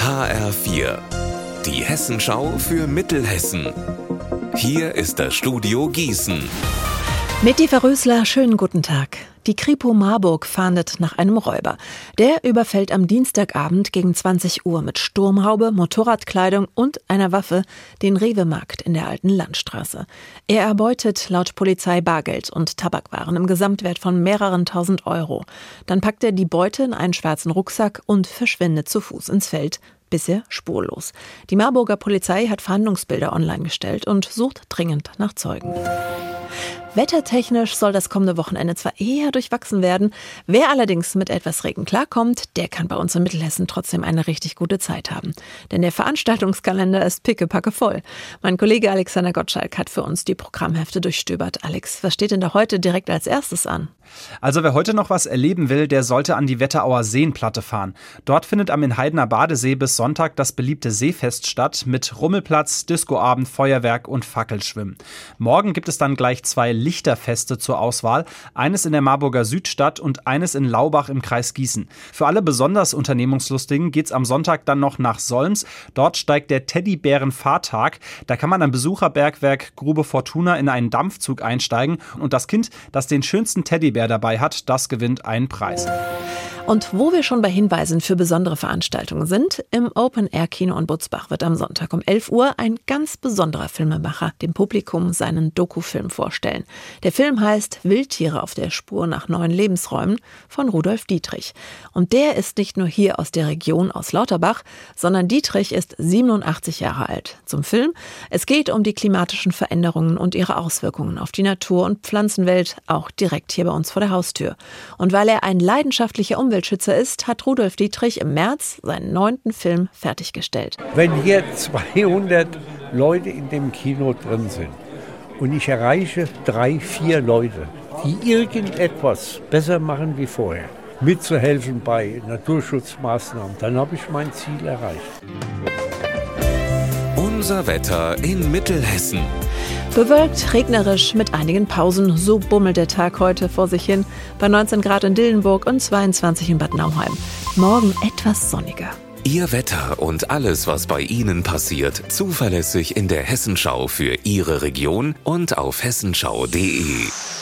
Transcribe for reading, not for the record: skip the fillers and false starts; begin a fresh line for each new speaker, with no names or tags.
HR4, die Hessenschau für Mittelhessen. Hier ist das Studio Gießen.
Mit Eva Rösler, schönen guten Tag. Die Kripo Marburg fahndet nach einem Räuber. Der überfällt am Dienstagabend gegen 20 Uhr mit Sturmhaube, Motorradkleidung und einer Waffe den Rewe-Markt in der Alten Landstraße. Er erbeutet laut Polizei Bargeld und Tabakwaren im Gesamtwert von mehreren tausend Euro. Dann packt er die Beute in einen schwarzen Rucksack und verschwindet zu Fuß ins Feld. Bisher spurlos. Die Marburger Polizei hat Verhandlungsbilder online gestellt und sucht dringend nach Zeugen. Wettertechnisch soll das kommende Wochenende zwar eher durchwachsen werden, wer allerdings mit etwas Regen klarkommt, der kann bei uns in Mittelhessen trotzdem eine richtig gute Zeit haben. Denn der Veranstaltungskalender ist pickepacke voll. Mein Kollege Alexander Gottschalk hat für uns die Programmhefte durchstöbert. Alex, was steht denn da heute direkt als erstes an?
Also wer heute noch was erleben will, der sollte an die Wetterauer Seenplatte fahren. Dort findet am Inheidener Badesee bis Sonntag das beliebte Seefest statt mit Rummelplatz, Discoabend, Feuerwerk und Fackelschwimmen. Morgen gibt es dann gleich 2 Lichterfeste zur Auswahl, eines in der Marburger Südstadt und eines in Laubach im Kreis Gießen. Für alle besonders Unternehmungslustigen geht's am Sonntag dann noch nach Solms. Dort steigt der Teddybären-Fahrtag. Da kann man am Besucherbergwerk Grube Fortuna in einen Dampfzug einsteigen und das Kind, das den schönsten Teddybär dabei hat, das gewinnt einen Preis.
Und wo wir schon bei Hinweisen für besondere Veranstaltungen sind, im Open-Air-Kino in Butzbach wird am Sonntag um 11 Uhr ein ganz besonderer Filmemacher dem Publikum seinen Dokufilm vorstellen. Der Film heißt Wildtiere auf der Spur nach neuen Lebensräumen von Rudolf Dietrich. Und der ist nicht nur hier aus der Region aus Lauterbach, sondern Dietrich ist 87 Jahre alt. Zum Film: Es geht um die klimatischen Veränderungen und ihre Auswirkungen auf die Natur- und Pflanzenwelt, auch direkt hier bei uns vor der Haustür. Und weil er ein leidenschaftlicher Umweltschützer ist, hat Rudolf Dietrich im März seinen 9. Film fertiggestellt.
Wenn hier 200 Leute in dem Kino drin sind und ich erreiche 3-4 Leute, die irgendetwas besser machen wie vorher, mitzuhelfen bei Naturschutzmaßnahmen, dann habe ich mein Ziel erreicht.
Unser Wetter in Mittelhessen.
Bewölkt, regnerisch, mit einigen Pausen. So bummelt der Tag heute vor sich hin. Bei 19 Grad in Dillenburg und 22 in Bad Nauheim. Morgen etwas sonniger.
Ihr Wetter und alles, was bei Ihnen passiert, zuverlässig in der Hessenschau für Ihre Region und auf hessenschau.de.